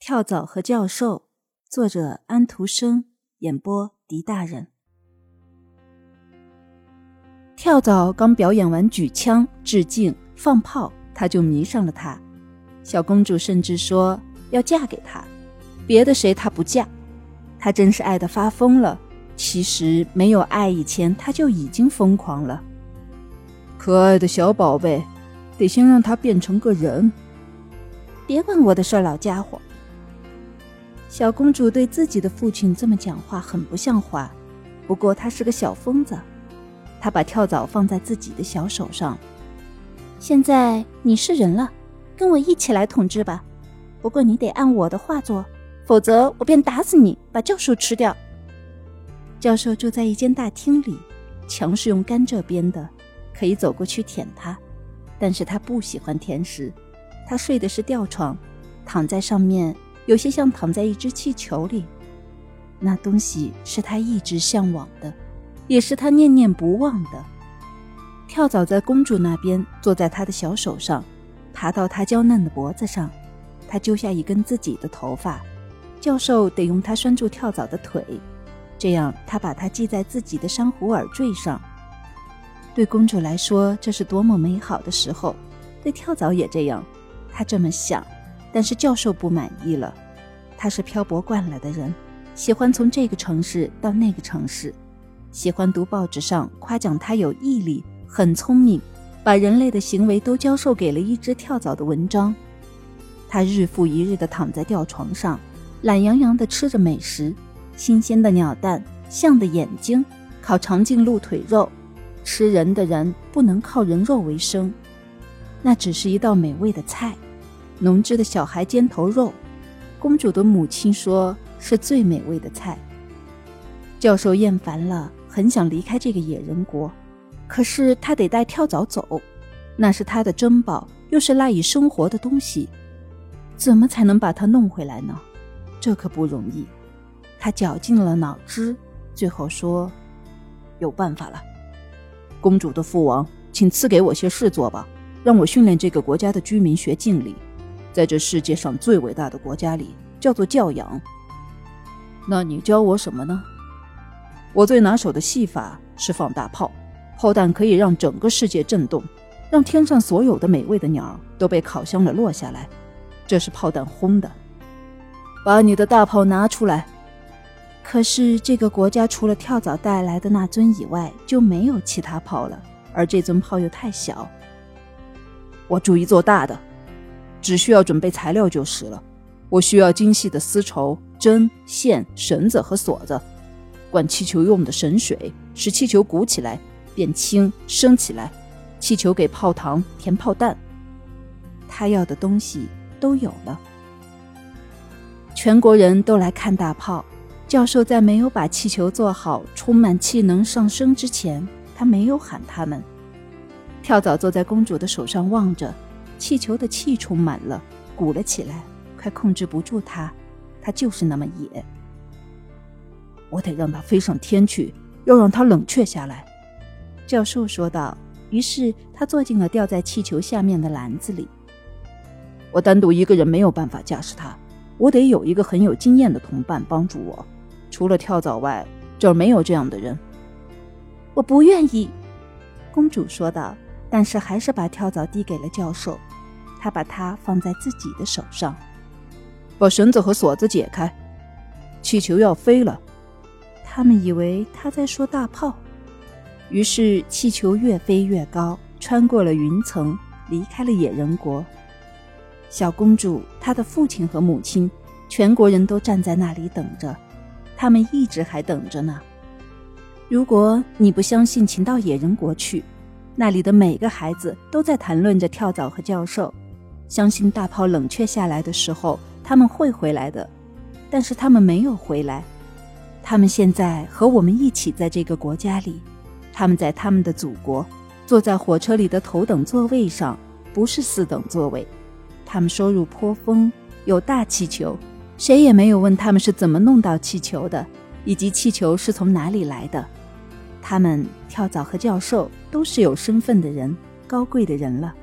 跳蚤和教授，作者安徒生，演播狄大人。跳蚤刚表演完举枪、致敬、放炮，他就迷上了他。小公主甚至说要嫁给他，别的谁她不嫁。她真是爱得发疯了，其实没有爱以前她就已经疯狂了。可爱的小宝贝，得先让她变成个人。别管我的事，老家伙。小公主对自己的父亲这么讲话很不像话，不过他是个小疯子。他把跳蚤放在自己的小手上。现在你是人了，跟我一起来统治吧。不过你得按我的话做，否则我便打死你，把教授吃掉。教授住在一间大厅里，墙是用甘蔗编的，可以走过去舔它。但是他不喜欢甜食，他睡的是吊床，躺在上面有些像躺在一只气球里。那东西是他一直向往的，也是他念念不忘的。跳蚤在公主那边坐在她的小手上，爬到她娇嫩的脖子上，她揪下一根自己的头发，教授得用它拴住跳蚤的腿，这样他把它系在自己的珊瑚耳坠上。对公主来说，这是多么美好的时候，对跳蚤也这样。她这么想，但是教授不满意了。他是漂泊惯了的人，喜欢从这个城市到那个城市，喜欢读报纸上夸奖他有毅力，很聪明，把人类的行为都教授给了一只跳蚤的文章。他日复一日地躺在吊床上，懒洋洋地吃着美食，新鲜的鸟蛋，象的眼睛，烤长颈鹿腿肉。吃人的人不能靠人肉为生，那只是一道美味的菜。浓汁的小孩尖头肉，公主的母亲说是最美味的菜。教授厌烦了，很想离开这个野人国，可是他得带跳蚤走，那是他的珍宝，又是赖以生活的东西，怎么才能把它弄回来呢？这可不容易。他绞尽了脑汁，最后说有办法了。公主的父王，请赐给我些事做吧，让我训练这个国家的居民学敬礼。在这世界上最伟大的国家里，叫做教养。那你教我什么呢？我最拿手的戏法是放大炮，炮弹可以让整个世界震动，让天上所有的美味的鸟都被烤香了落下来。这是炮弹轰的。把你的大炮拿出来。可是这个国家除了跳蚤带来的那尊以外，就没有其他炮了，而这尊炮又太小。我铸一座大的，只需要准备材料就是了。我需要精细的丝绸、针、线、绳子和锁子，灌气球用的神水，使气球鼓起来，变轻，升起来。气球给炮膛填炮弹。他要的东西都有了。全国人都来看大炮。教授在没有把气球做好，充满气能上升之前，他没有喊他们。跳蚤坐在公主的手上望着，气球的气充满了，鼓了起来，快控制不住它，它就是那么野。我得让它飞上天去，要让它冷却下来，教授说道。于是他坐进了吊在气球下面的篮子里。我单独一个人没有办法驾驶它，我得有一个很有经验的同伴帮助我。除了跳蚤外，这儿没有这样的人。我不愿意，公主说道，但是还是把跳蚤递给了教授。她把它放在自己的手上。把绳子和锁子解开，气球要飞了。他们以为他在说大炮。于是气球越飞越高，穿过了云层，离开了野人国。小公主、她的父亲和母亲，全国人都站在那里等着，他们一直还等着呢。如果你不相信，请到野人国去，那里的每个孩子都在谈论着跳蚤和教授，相信大炮冷却下来的时候，他们会回来的。但是他们没有回来，他们现在和我们一起在这个国家里，他们在他们的祖国，坐在火车里的头等座位上，不是四等座位。他们收入颇丰，有大气球，谁也没有问他们是怎么弄到气球的，以及气球是从哪里来的。他们跳蚤和教授都是有身份的人，高贵的人了。